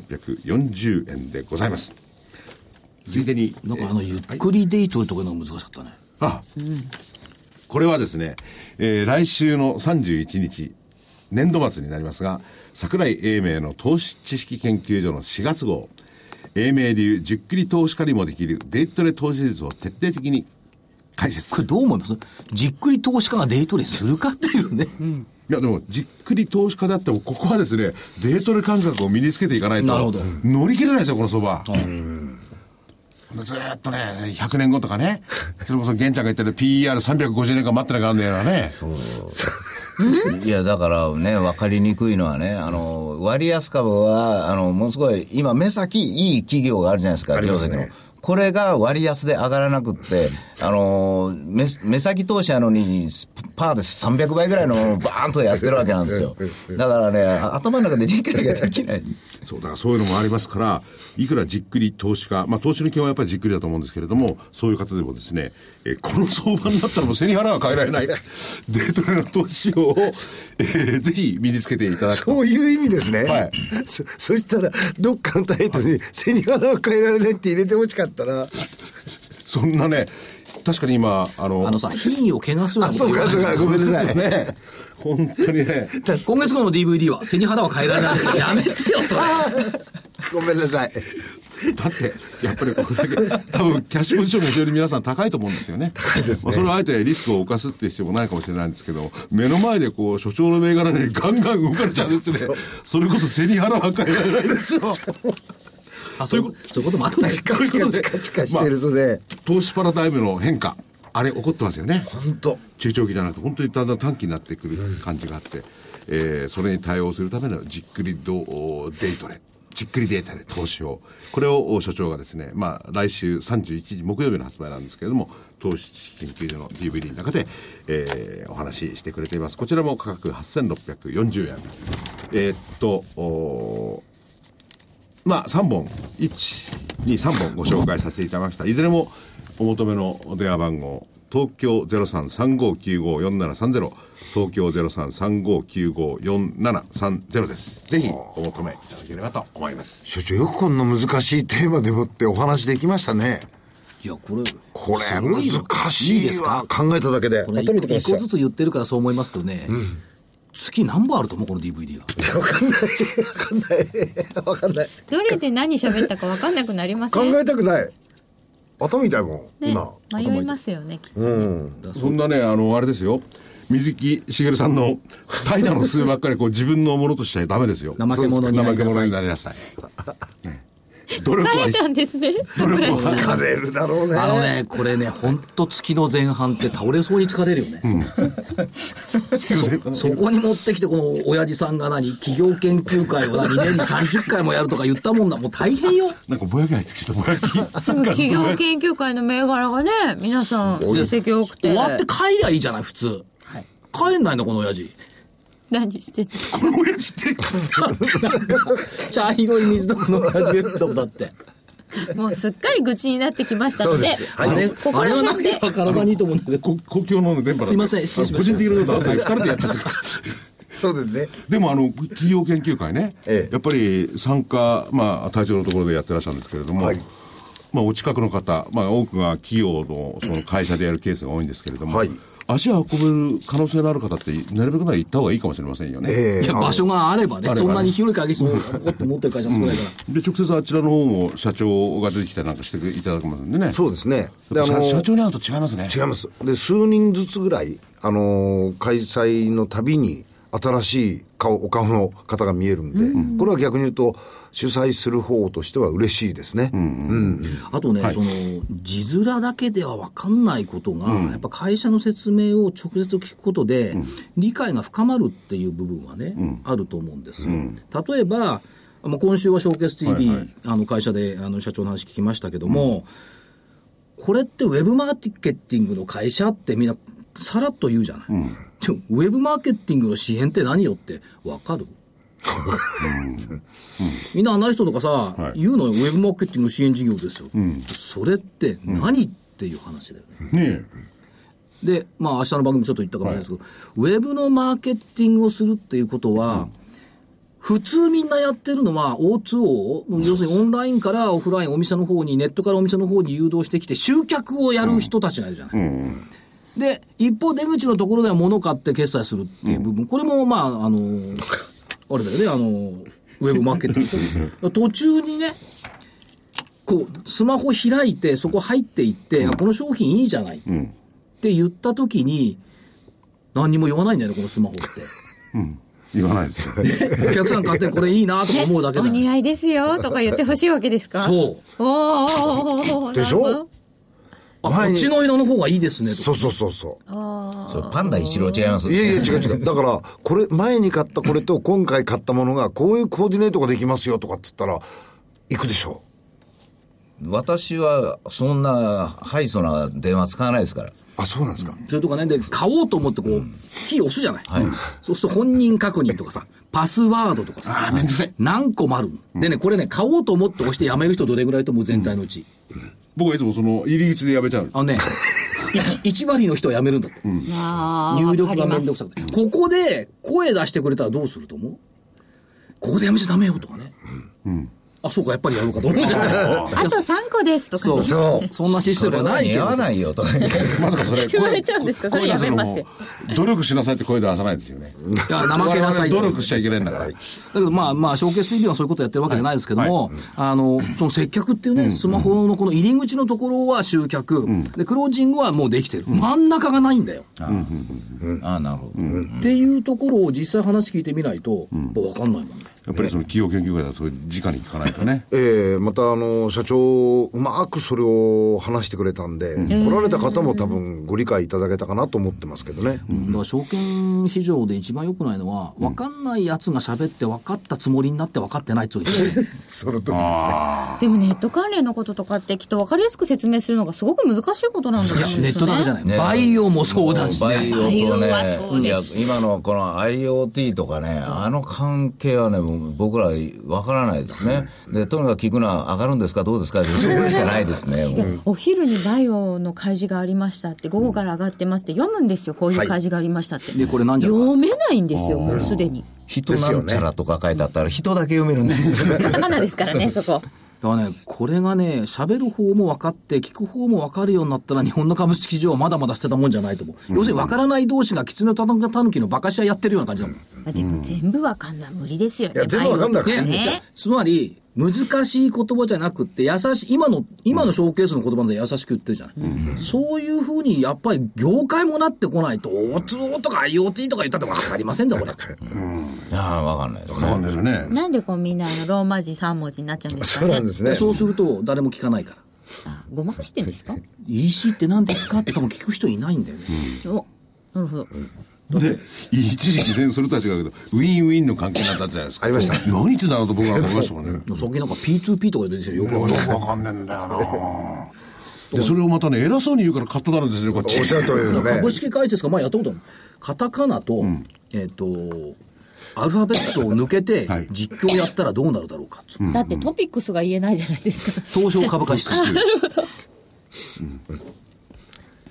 8640円でございます。ついでになんかゆっくりデイトとかのが難しかったね。 これはですね、来週の31日年度末になりますが、櫻井英明の投資知識研究所の4月号、英明流じっくり投資家にもできるデイトレ投資術を徹底的に解説。 これどう思います？じっくり投資家がデイトレするかっていうね。 いやでもじっくり投資家であってもここはですね、デイトレ感覚を身につけていかないと乗り切れないですよ、この相場。ずーっとね、100年後とかね、それこそ玄ちゃんが言ってる PER350 年間待ってなきゃなんねえなね。 いや、だからね、分かりにくいのはね、割安株は、ものすごい、今、目先いい企業があるじゃないですか、 ありますね。 これが割安で上がらなくって、目先投資なのに、パーで300倍ぐらいのものをバーンとやってるわけなんですよ。だからね、頭の中で理解ができない。 そう、だからそういうのもありますから、いくらじっくり投資家、まあ投資の基本はやっぱりじっくりだと思うんですけれども、そういう方でもですね、この相場になったらもう背に腹は変えられない、デイトレの投資を、ぜひ身につけていただくと。 そういう意味ですね。 はい。 そしたら、どっかのタイトルに背に腹は変えられないって入れてほしかったら。 そんなね、確かに今、 さ、品位を汚すようなこと言わない。そうか、ごめんなさい。 ね。本当にね。 今月号の DVD は背に腹は変えられないですやめてよ、それ。 ごめんなさい。 だって、やっぱりこれだけ、多分キャッシュポジションも非常に皆さん高いと思うんですよね。 高いですね。 まあ、それはあえてリスクを冒すっていう必要もないかもしれないんですけど、目の前でこう、所長の銘柄にガンガン動かれちゃうんですね。それこそ背に腹は変えられないですよ。 そういうこともあるんですか。カチカしてるとね、 投資パラダイムの変化、あれ起こってますよね。 本当。 中長期じゃなくて本当にだんだん短期になってくる感じがあって、それに対応するためのじっくりデイトレ、じっくりデータで投資を、これを所長がですね、まあ来週31日木曜日の発売なんですけれども、投資知識研究所の DVD の中で、お話ししてくれています。こちらも価格8640円。まあ3本、1、2、3本ご紹介させていただきました。いずれもお求めの電話番号、東京 0335954730、東京 0335954730 です。ぜひお求めいただければと思います。 所長、よくこんな難しいテーマでもってお話できましたね。 いや、これ難しいですか。考えただけで。 一個ずつ言ってるからそう思いますけどね。月何本あると思うこの DVD が。 わかんない。 どれで何喋ったかわかんなくなりません？ 考えたくない。頭痛いもん、 ね、今。迷いますよね、きっとね。 そんなね、あれですよ。水木しげるさんの怠惰の数ばっかりこう自分のものとしちゃダメですよ。 怠け者になりなさい。ね、 疲れたんですね。 疲れるだろうね。 これね、ほんと月の前半って倒れそうに疲れるよね。そこに持ってきて、この親父さんが企業研究会を2年に30回もやるとか言ったもんだ。もう大変よ。 なんかぼやき入ってきた、ぼやき。 すぐ企業研究会の銘柄がね、皆さん、成績多くて。 終わって帰りゃいいじゃない、普通。はい、帰んないの、この親父。 何してんの？ この親父って茶色い水の親父だだって。 もうすっかり愚痴になってきましたので、 あれはなんか体にいいと思うんだけど。 公共の電波。 すいません、失礼しました。 個人的なことは2人でやっちゃってます。 そうですね。 でも企業研究会ね、やっぱり参加、隊長のところでやってらっしゃるんですけれども、はい、お近くの方、多くが企業のその会社でやるケースが多いんですけれども、はい、足を運べる可能性のある方ってなるべくなら行った方がいいかもしれませんよね。 いや場所があればね、そんなに広い会議室を持ってる会社も少ないから、 で直接あちらの方も社長が出てきたりなんかしていただくんでね。 そうですね。 で社長に会うと違いますね。 違います。で数人ずつぐらい開催のたびに新しいお顔の方が見えるんで、これは逆に言うと主催する方としては嬉しいですね。 あとね、はい、その字面だけでは分かんないことが、やっぱ会社の説明を直接聞くことで、理解が深まるっていう部分はね、あると思うんですよ。例えば、今週はショーケース TV、会社で社長の話聞きましたけども、これってウェブマーケティングの会社ってみんなさらっと言うじゃない。ウェブマーケティングの支援って何よって分かる？みんなアナリストとかさ、言うのよ、ウェブマーケティングの支援事業ですよ。それって何っていう話だよね。で、明日の番組ちょっと言ったかもしれないですけど、ウェブのマーケティングをするっていうことは、普通みんなやってるのは O2O、要するにオンラインからオフライン、お店の方に、ネットからお店の方に誘導してきて、集客をやる人たちがいるじゃない。で、一方出口のところでは物買って決済するっていう部分、これもあれだよね、ウェブマーケティング。途中にね、こう、スマホ開いて、そこ入っていって、この商品いいじゃない、って言ったときに、何にも言わないんだよね、このスマホって。 言わないですよ。 お客さん買ってこれいいなとか思うだけだよ。 お似合いですよとか言ってほしいわけですか？ そう。 おでしょ？ こっちの色の方がいいですねとか。 そう。 それパンダ一郎違います？ いや違う。だから、これ、前に買ったこれと今回買ったものが、こういうコーディネートができますよとかって言ったら、行くでしょう。私は、そんな、ハイソな電話使わないですから。 あ、そうなんですか。 それとかね、で、買おうと思ってこう、キー押すじゃない。そうすると本人確認とかさ、パスワードとかさ、何個もある。でね、これね、買おうと思って押してやめる人どれぐらいと思う？全体のうち。 僕はいつもその入り口でやめちゃう。 1割の人はやめるんだって。入力がめんどくさくて。ここで声出してくれたらどうすると思う？ここでやめちゃダメよとかね。あ、そうか、やっぱりやろうかと思うじゃない。 あと3個ですとか。 そんなシステムはないけど。 それは似合わないよとか。 まさかそれ。 言われちゃうんですか？それやめますよ。 努力しなさいって声出さないですよね。 いや、怠けなさい。 努力しちゃいけないんだから。だけどショーケース TV はそういうことやってるわけじゃないですけども、その接客っていうね、スマホのこの入り口のところは集客、で、クロージングはもうできてる。真ん中がないんだよ。 なるほど。 っていうところを実際話聞いてみないと、わかんないもんね。 やっぱりその企業研究会だと直に聞かないとね。 また社長うまくそれを話してくれたんで、来られた方も多分ご理解いただけたかなと思ってますけどね。 だから証券市場で一番良くないのは、分かんないやつが喋って分かったつもりになって分かってないっていうその通りですね。 でもネット関連のこととかってきっと分かりやすく説明するのがすごく難しいことなんだと思うんですよね。 ネットだけじゃない、バイオもそうだし、 バイオとね、 いや今のこの IoT とかね、あの関係はね、僕ら分からないですね。でとにかく聞くのは上がるんですかどうですかってそれしかないですね。 お昼にバイオの開示がありましたって、午後から上がってますって読むんですよ。こういう開示がありましたって、 でこれ何じゃ読めないんですよ、もうすでに。 人なんちゃらとか書いてあったら人だけ読めるんですよ。 カタカナですからね、そこ。 だからね、これがね、喋る方も分かって、聞く方も分かるようになったら、日本の株式市場はまだまだ捨てたもんじゃないと思う。要するに分からない同士が狐とタヌキのバカし合いやってるような感じだもん。 でも全部分かんない無理ですよね。 いや、全部分かんなくてね。つまり、難しい言葉じゃなくって優しい今のショーケースの言葉で優しく言ってるじゃない、そういうふうにやっぱり業界もなってこないと O2O とか IoT とか言ったって分かりませんだこれ。 分かんないですね。 分かんないですね。 なんでこうみんなローマ字3文字になっちゃうんですかね。 そうなんですね。 そうすると誰も聞かないから。 ごまかしてるんですか？ EC って何ですかって多分聞く人いないんだよね。 お、なるほど。 で一時期それとは違うけどウィンウィンの関係になったじゃないですか。 ありました。 何言ってんだろうと僕は思いましたもんね。 最近なんか P2P とかで出てるよく分かんねえんだよな。でそれをまたね偉そうに言うからカットなるんですねこっち。 おっしゃる通りですね。 株式会社ですか、やったことある。カタカナと、アルファベットを抜けて実況やったらどうなるだろうか、 だってトピックスが言えないじゃないですか。 東証株価指数。 なるほど。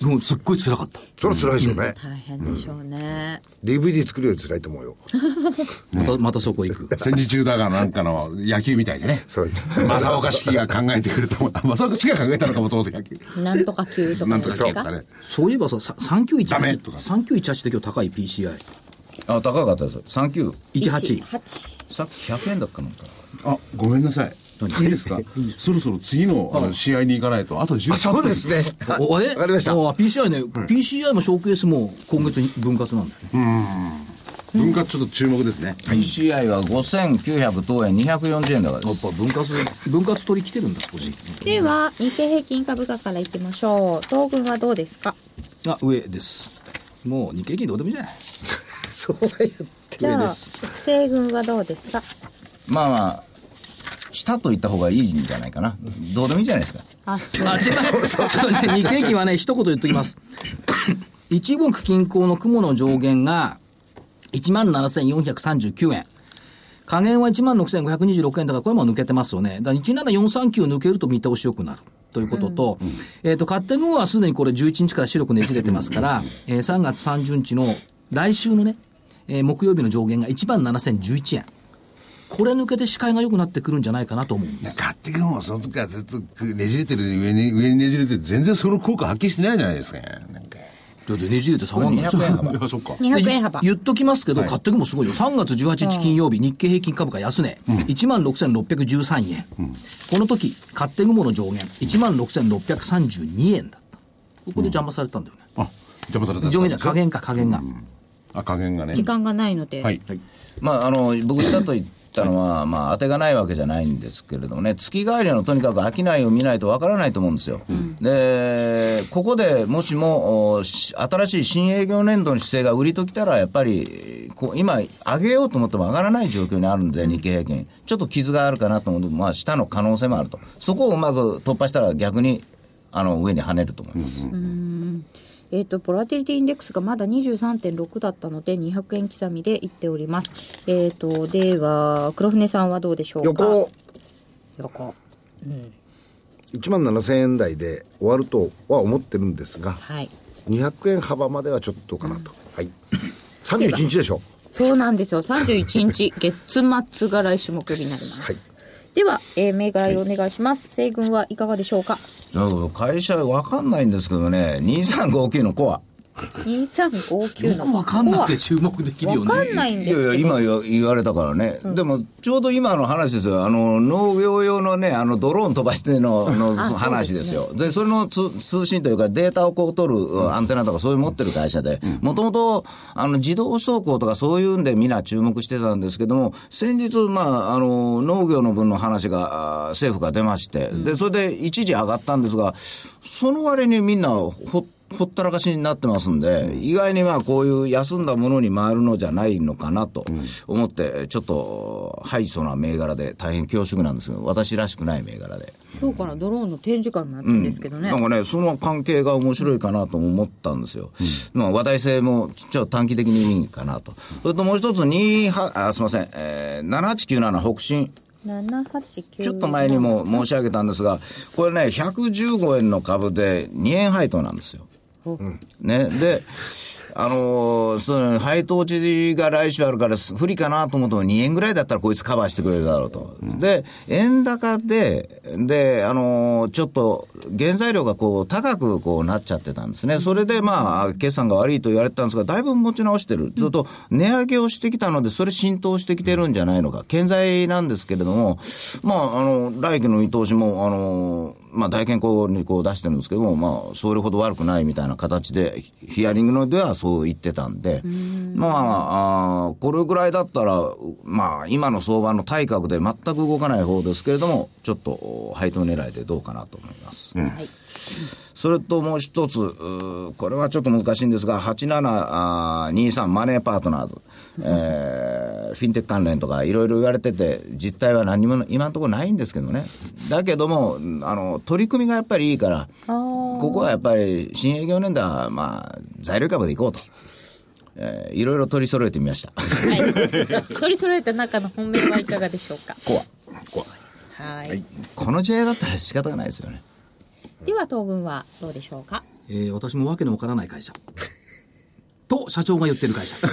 もうすっごい辛かった。 それは辛いですよね。 大変でしょうね。 DVD 作るより辛いと思うよ。 またそこ行く。 戦時中だがなんかの野球みたいでね。 そう。 正岡式が考えてくれたもん。正岡式が考えたのかもともと野球。 なんとか級とかなんとですか。 か級とかね。 そういえばさ、3918。 ダメとか。 3918って今日高い PCI。 高かったです。3918。さっき100円だったのか。 あ、ごめんなさい。いいですか？そろそろ次の試合に行かないと、あと10分。 そうですね。わかりました。 PCI ね、PCI もショーケースも今月分割なんだよね。 分割ちょっと注目ですね。 PCI は5900等円240円だからです。 やっぱ分割取り来てるんだ、少し。 では、日経平均株価からいきましょう。東軍はどうですか？ 上です。もう日経平均どうでもいいじゃない。 そう言って。 じゃあ、西軍はどうですか？ まあまあ、下と言った方がいいんじゃないかな。どうでもいいじゃないですか。 違う。ちょっとね、日経平均はね、一言言っときます。一目均衡の雲の上限が 17,439 円。下限は 16,526 円だから、これも抜けてますよね。だから17439抜けると見通し良くなる。ということと、勝手群はすでにこれ11日から白くねじれてますから、3月30日の来週のね、木曜日の上限が 17,011 円。これ抜けて視界が良くなってくるんじゃないかなと思う。 買ってくんもその時からずっとねじれてる上にねじれてる全然その効果発揮してないじゃないですか。なんかだってねじれて下がんない。 200円幅。 いや、そっか。 200円幅。 言っときますけど、買ってくもすごいよ。3月18日金曜日、日経平均株価安値、16,613 円。この時、買ってぐもの上限、16,632 円だった。ここで邪魔されたんだよね。 邪魔された。 上限じゃ加減が。 加減がね。 時間がないので。 はい。 まあ、僕下と言ったのは、まあ、当てがないわけじゃないんですけれどもね、月替わりのとにかく商いを見ないとわからないと思うんですよ。で、ここでもしも、新しい新営業年度の姿勢が売りときたら、やっぱり、今、上げようと思っても上がらない状況にあるので、日経平均。ちょっと傷があるかなと思うので、まあ、下の可能性もあると。そこをうまく突破したら逆に、上に跳ねると思います。 ボラティリティインデックスがまだ 23.6 だったので200円刻みでいっております。では黒船さんはどうでしょうか。横、 17,000円台で終わるとは思ってるんですが、 はい、 200円幅まではちょっとかなと、はい、31日でしょ。 そうなんですよ。31日月末が来週木曜日になります、はい。では、銘柄お願いします。西軍はいかがでしょうか。 会社わかんないんですけどね、2359のコア。 2359のコア。 わかんなくて注目できるよね。 わかんないんですけど。 いやいや、今言われたからね。でも、ちょうど今の話ですよ。農業用のね、ドローン飛ばしての話ですよ。で、それの通信というか、データをこう取るアンテナとかそういう持ってる会社で、もともと、自動走行とかそういうんでみんな注目してたんですけども、先日、まあ、農業の分の話が、政府が出まして、で、それで一時上がったんですが、その割にみんなほったらかしになってますんで、意外にまあこういう休んだものに回るのじゃないのかなと思って、ちょっとハイソな銘柄で大変恐縮なんですけど、私らしくない銘柄で。 今日からドローンの展示会もやってるんですけどね。 なんかね、その関係が面白いかなと思ったんですよ。まあ話題性もちょっと短期的にいいかなと。それともう一つすみません、7897北進。ちょっと前にも申し上げたんですが、これね、115円の株で2円配当なんですよ。ね、で、その配当値が来週あるから不利かなと思っても2円ぐらいだったらこいつカバーしてくれるだろうと。で、円高で、ちょっと原材料がこう高くこうなっちゃってたんですね。それでまあ、決算が悪いと言われてたんですが、だいぶ持ち直してる。ちょっと値上げをしてきたので、それ浸透してきてるんじゃないのか。健在なんですけれども、まあ、来期の見通しも、まあ、大健康にこう出してるんですけども、まあ、それほど悪くないみたいな形で、ヒアリングのではそう言ってたんで、まあ、これぐらいだったら、まあ、今の相場の対角で全く動かない方ですけれども、ちょっと配当狙いでどうかなと思います。はい。それともう一つ、これはちょっと難しいんですが、8723マネーパートナーズ、フィンテック関連とかいろいろ言われてて、実態は何も今のところないんですけどね。だけども、取り組みがやっぱりいいから、ここはやっぱり新営業年度は、まあ、材料株でいこうと。いろいろ取り揃えてみました。 はい。取り揃えた中の本命はいかがでしょうか。 コア。はい。 この時代だったら仕方がないですよね。 では東軍はどうでしょうか。 私もわけのわからない会社と社長が言ってる会社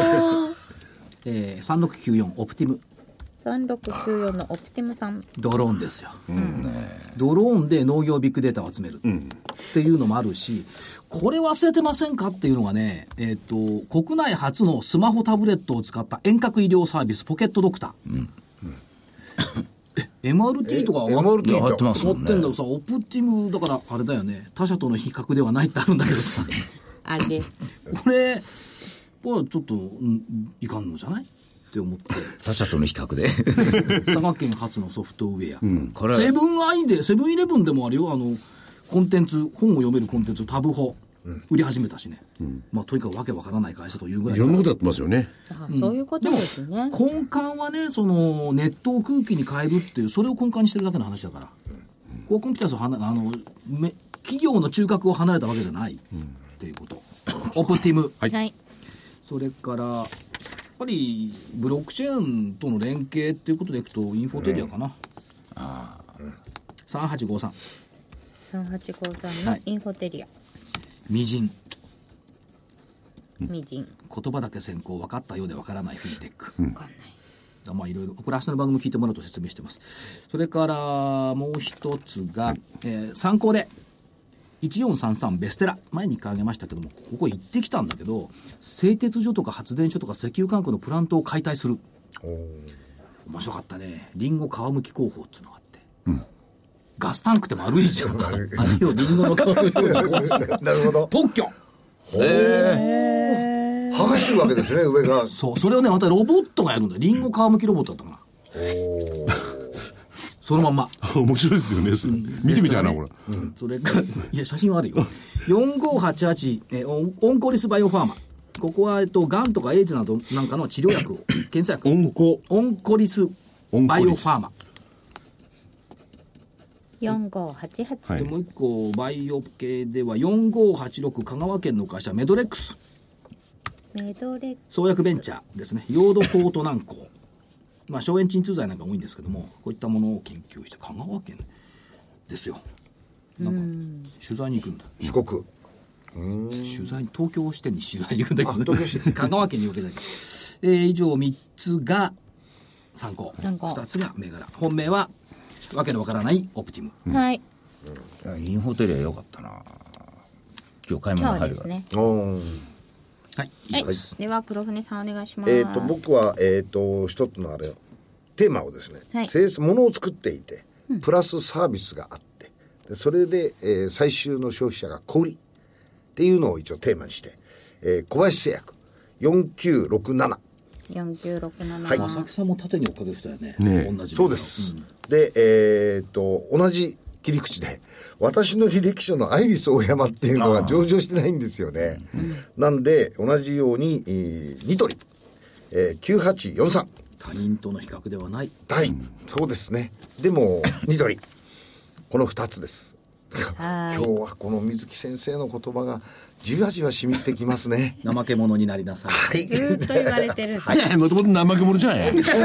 3694オプティム 3694のオプティムさん、 ドローンですよ、ドローンで農業ビッグデータを集めるっていうのもあるし、これ忘れてませんかっていうのがね、国内初のスマホタブレットを使った遠隔医療サービスポケットドクター、MRT とか上がってますもんね。上がってんだけどさ、オプティムだからあれだよね、他社との比較ではないってあるんだけどさあれこれはちょっと、いかんのじゃないって思って、 他社との比較で佐賀県初のソフトウェア、セブンイレブンでもあるよ、コンテンツ、本を読めるコンテンツタブホ、売り始めたしね、まあ、とにかくわけわからない会社というぐらいいろんなことやってますよね。 そういうことですね。 でも根幹はね、そのネットを空気に変えるっていう、それを根幹にしてるだけの話だから、コアコンピュタンスを企業の中核を離れたわけじゃないっていうこと、オプティム、 はい、 それからやっぱりブロックチェーンとの連携っていうことでいくとインフォテリアかな、3853 のインフォテリア、 ミジン、 ミジン、 言葉だけ先行、分かったようで分からないフィンテック、分かんない、まあいろいろこれ明日の番組聞いてもらうと説明してます。それからもう一つが、参考で1433ベステラ、前に一回挙げましたけども、ここ行ってきたんだけど、製鉄所とか発電所とか石油管区のプラントを解体する。面白かったね。リンゴ皮むき工法っていうのがあって、ガスタンクって丸いじゃんあれよ、リンゴの皮むき工法なるほど、 特許剥がしてるわけですね、上が。 そう、それをね、またロボットがやるんだよ。リンゴ皮むきロボットだったかな。そのまんま。 面白いですよね、それ。見てみたいな、これ。 それから、いや、写真はあるよ。4588、オンコリスバイオファーマ。ここは、がんとかエイズなどなんかの治療薬を、検査薬。オンコリスバイオファーマ。 4588、 でもう一個、バイオ系では、4586、香川県の会社、メドレックス。創薬ベンチャーですね。ヨードコート軟膏。まあ、消炎鎮痛剤なんか多いんですけども、こういったものを研究して、香川県ですよ。なんか取材に行くんだ。 四国。 取材、東京支店に取材に行くんだけど、香川県に行くわけだけど。以上3つが参考。2つが銘柄。本命は、わけのわからないオプティム。 はい。 インフォテリア良かったな。今日買い物入るから。 はい、以上です。 では黒船さんお願いします。 僕は一つのあれテーマをですね、物を作っていてプラスサービスがあって、でそれで、最終の消費者が小売りっていうのを一応テーマにして、小林製薬4967、 はい、 正木さんも縦に追っかける人だよね。同じ。 そうです。で同じ切り口で私の履歴書のアイリスオーヤマっていうのが上場してないんですよね。なんで同じように、ニトリ、9843、 他人との比較ではない。 はい、そうですね。でもニトリこの2つです。今日はこの水木先生の言葉がじわじわ染みてきますね。 怠け者になりなさい。 はい、 ずっと言われてる。 はい、もともと怠け者じゃないそ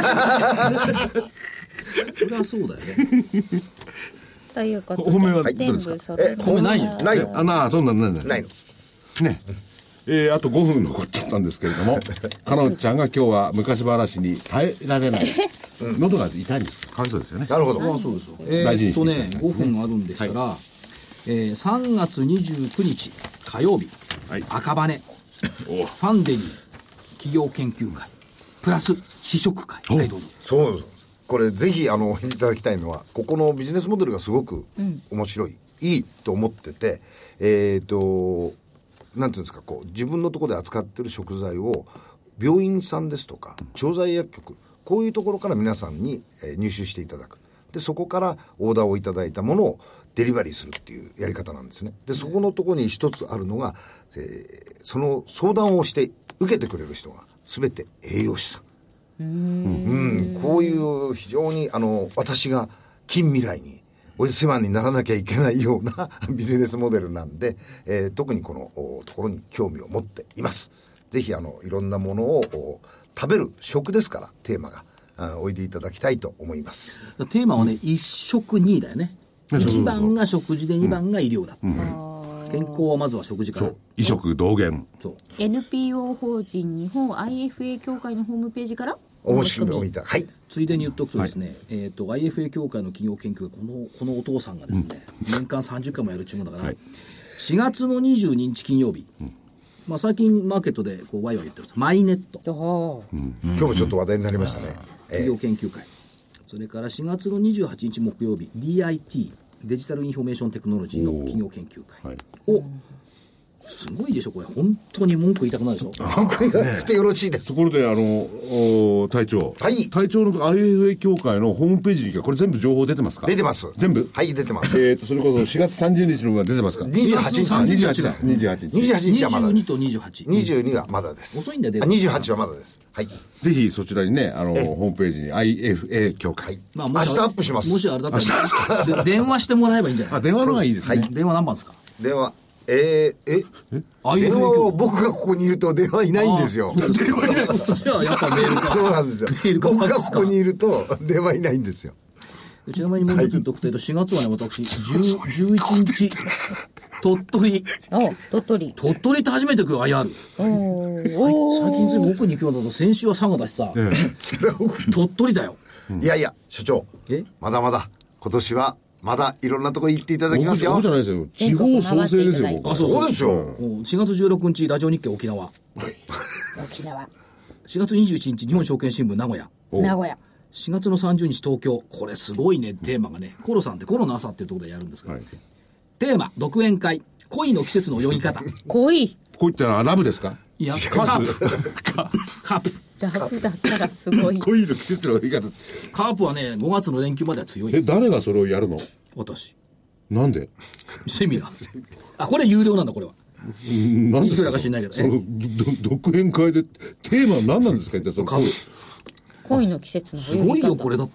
れはそうだよね。 ということで、 本命は全部揃え本命ないよ。 ないの。 そんなないの。 ね。あと5分残っちゃったんですけれども、かのちゃんが今日は昔話に耐えられない。喉が痛いんですか。かわいそうですよね。 なるほど。 そうですよ。5分あるんでしたら、3月29日火曜日、赤羽ファンデリー企業研究会プラス試食会、はい、どうぞ。 そうです。これぜひいただきたいのは、ここのビジネスモデルがすごく面白い、いいと思ってて、なんていうんですか、こう自分のところで扱ってる食材を病院さんですとか調剤薬局、こういうところから皆さんに入手していただく。でそこからオーダーをいただいたものをデリバリーするっていうやり方なんですね。でそこのところに一つあるのが、その相談をして受けてくれる人が全て栄養士さん。こういう非常に私が近未来にお世話にならなきゃいけないようなビジネスモデルなんで、特にこのところに興味を持っています。ぜひいろんなものを食べる食ですから、テーマがおいでいただきたいと思います。 テーマはね、一食二だよね。1番が食事で2番が医療だ、 健康はまずは食事から。 そう。衣食同源。 そう。 NPO 法人日本 IFA 協会のホームページからお申し込みを見た。はい。 ついでに言っておくとですね、IFA 協会の企業研究会、このお父さんがですね、年間30回もやる注文だから、4月の22日金曜日、まあ、最近マーケットでこうワイワイ言ってるとマイネット、 今日もちょっと話題になりましたね。 企業研究会、それから4月の28日木曜日 DIT デジタルインフォメーションテクノロジーの企業研究会を、すごいでしょこれ、本当に文句言いたくなるでしょ。 文句言いなくてよろしいです。 ところで隊長、 はい、 隊長の IFA 協会のホームページにこれ全部情報出てますか？ 出てます。 全部？ はい、出てます。 それこそ4月30日のが出てますか ？28だ。28日はまだです。 22と28。 22はまだです。 遅いんだよ。 28はまだです。はい。 ぜひそちらにね、ホームページに IFA 協会。 まあ、明日アップします。 もしあれだったら、電話してもらえばいいんじゃない？ 電話の方がいいですね。 電話何番ですか？ 電話。電話を僕がここにいると電話いないんですよ。 電話いない。じゃあやっぱメールか。 そうなんですよ。僕がここにいると電話いないんですよ。 ちなみにもうちょっと言っとくと、4月はね、私、11日、鳥取。鳥取って初めて行くよ、IR。最近ずいぶん奥に行くようだと、先週は佐賀だしさ。鳥取だよ。 いやいや、所長。まだまだ、今年は、まだいろんなとこ行っていただきますよ。 僕じゃないですよ。地方創生ですよ。 そうですよ。 4月16日、ラジオ日経沖縄。 沖縄。 4月21日、日本証券新聞名古屋。4月の30日、東京。これすごいね、テーマがね。コロさんってコロの朝っていうところでやるんですが。テーマ、独演会。恋の季節の読み方。 恋ってのはラブですか？ いや、カープ。 ラブだったらすごい。 恋の季節の読み方。 カープはね、5月の連休までは強い。 誰がそれをやるの？ 私。 なんで？ セミナー。これ有料なんだ、これは。 何ですか？ いくらか知んないけど。 その独演会でテーマは何なんですか？一体その恋の季節のすごいよ、これだって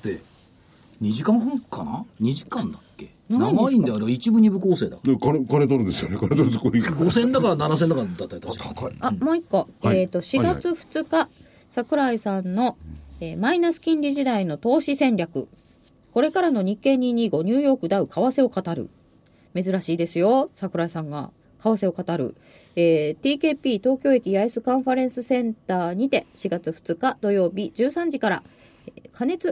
。2時間半かな ?2 時間だっけ？長いんだよ、一部二部構成だ。 金取るんですよね。金取るとこういう。 5000だから7000だからだったり確かに。 もう一個。4月2日、櫻井さんの、マイナス金利時代の投資戦略。これからの日経225ニューヨークダウ為替を語る。珍しいですよ、櫻井さんが為替を語る。TKP 東京駅八重洲カンファレンスセンターにて4月2日土曜日13時から、加熱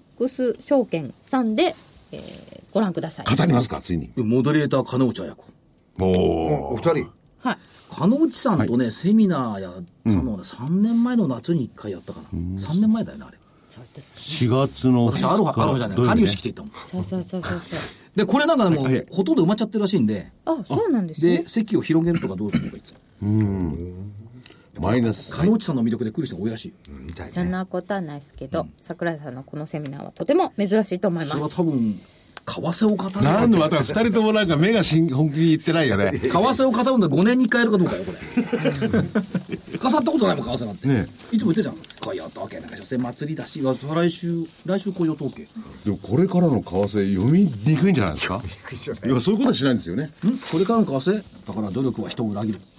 FX 証券さんで、ご覧ください。 語りますか、ついに。 モデレーター、金内彩子。 お二人。 はい。 金内さんとね、セミナーやったのね、3年前の夏に1回やったかな。3年前だよね、あれ。 そうですか。 4月の私、アロハじゃない、カリウシ来ていったもん。 そう。 で、これなんかね、もう、ほとんど埋まっちゃってるらしいんで。 そうなんですね。 で、席を広げるとかどうするとか言ってた。 マイナス。 金内さんの魅力で来る人が多いらしい。 そんなことはないですけど、櫻井さんのこのセミナーはとても珍しいと思います。 それは多分、為替を語る。 なんでまた2人ともなんか目が本気に言ってないよね。 為替を語るんだ5年に1回やるかどうかよ、これ。語ったことないもん、為替なんて。ね、いつも言ってじゃん。雇用統計なんか所詮祭りだし、来週雇用統計。 でもこれからの為替読みにくいんじゃないですか？いや、そういうことはしないんですよね。 これからの為替だから努力は人を裏切る。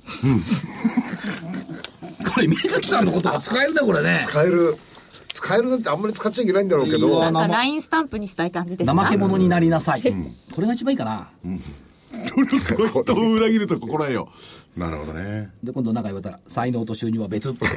これ、水木さんのことは使えるね、これね。 使えるなんてあんまり使っちゃいけないんだろうけど。 なんかラインスタンプにしたい感じですか？ 怠け者になりなさい。これが一番いいかな。 努力は人を裏切ると心得よ。なるほどね。 で、今度何か言われたら、才能と収入は別。 なんか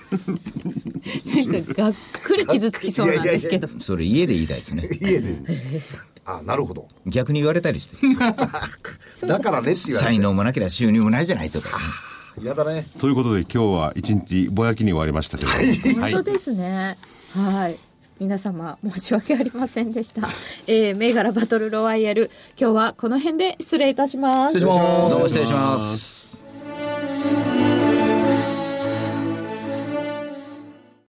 がっくり傷つきそうなんですけど。 それ家で言いたいですね。 家で。なるほど。 逆に言われたりして。 だからねって言われて。 才能もなければ収入もないじゃないとか。 やだね。 ということで今日は一日ぼやきに終わりましたけど。 本当ですね。はい。皆様申し訳ありませんでした。銘柄バトルロワイヤル、今日はこの辺で失礼いたします。 失礼します。 どうも失礼します。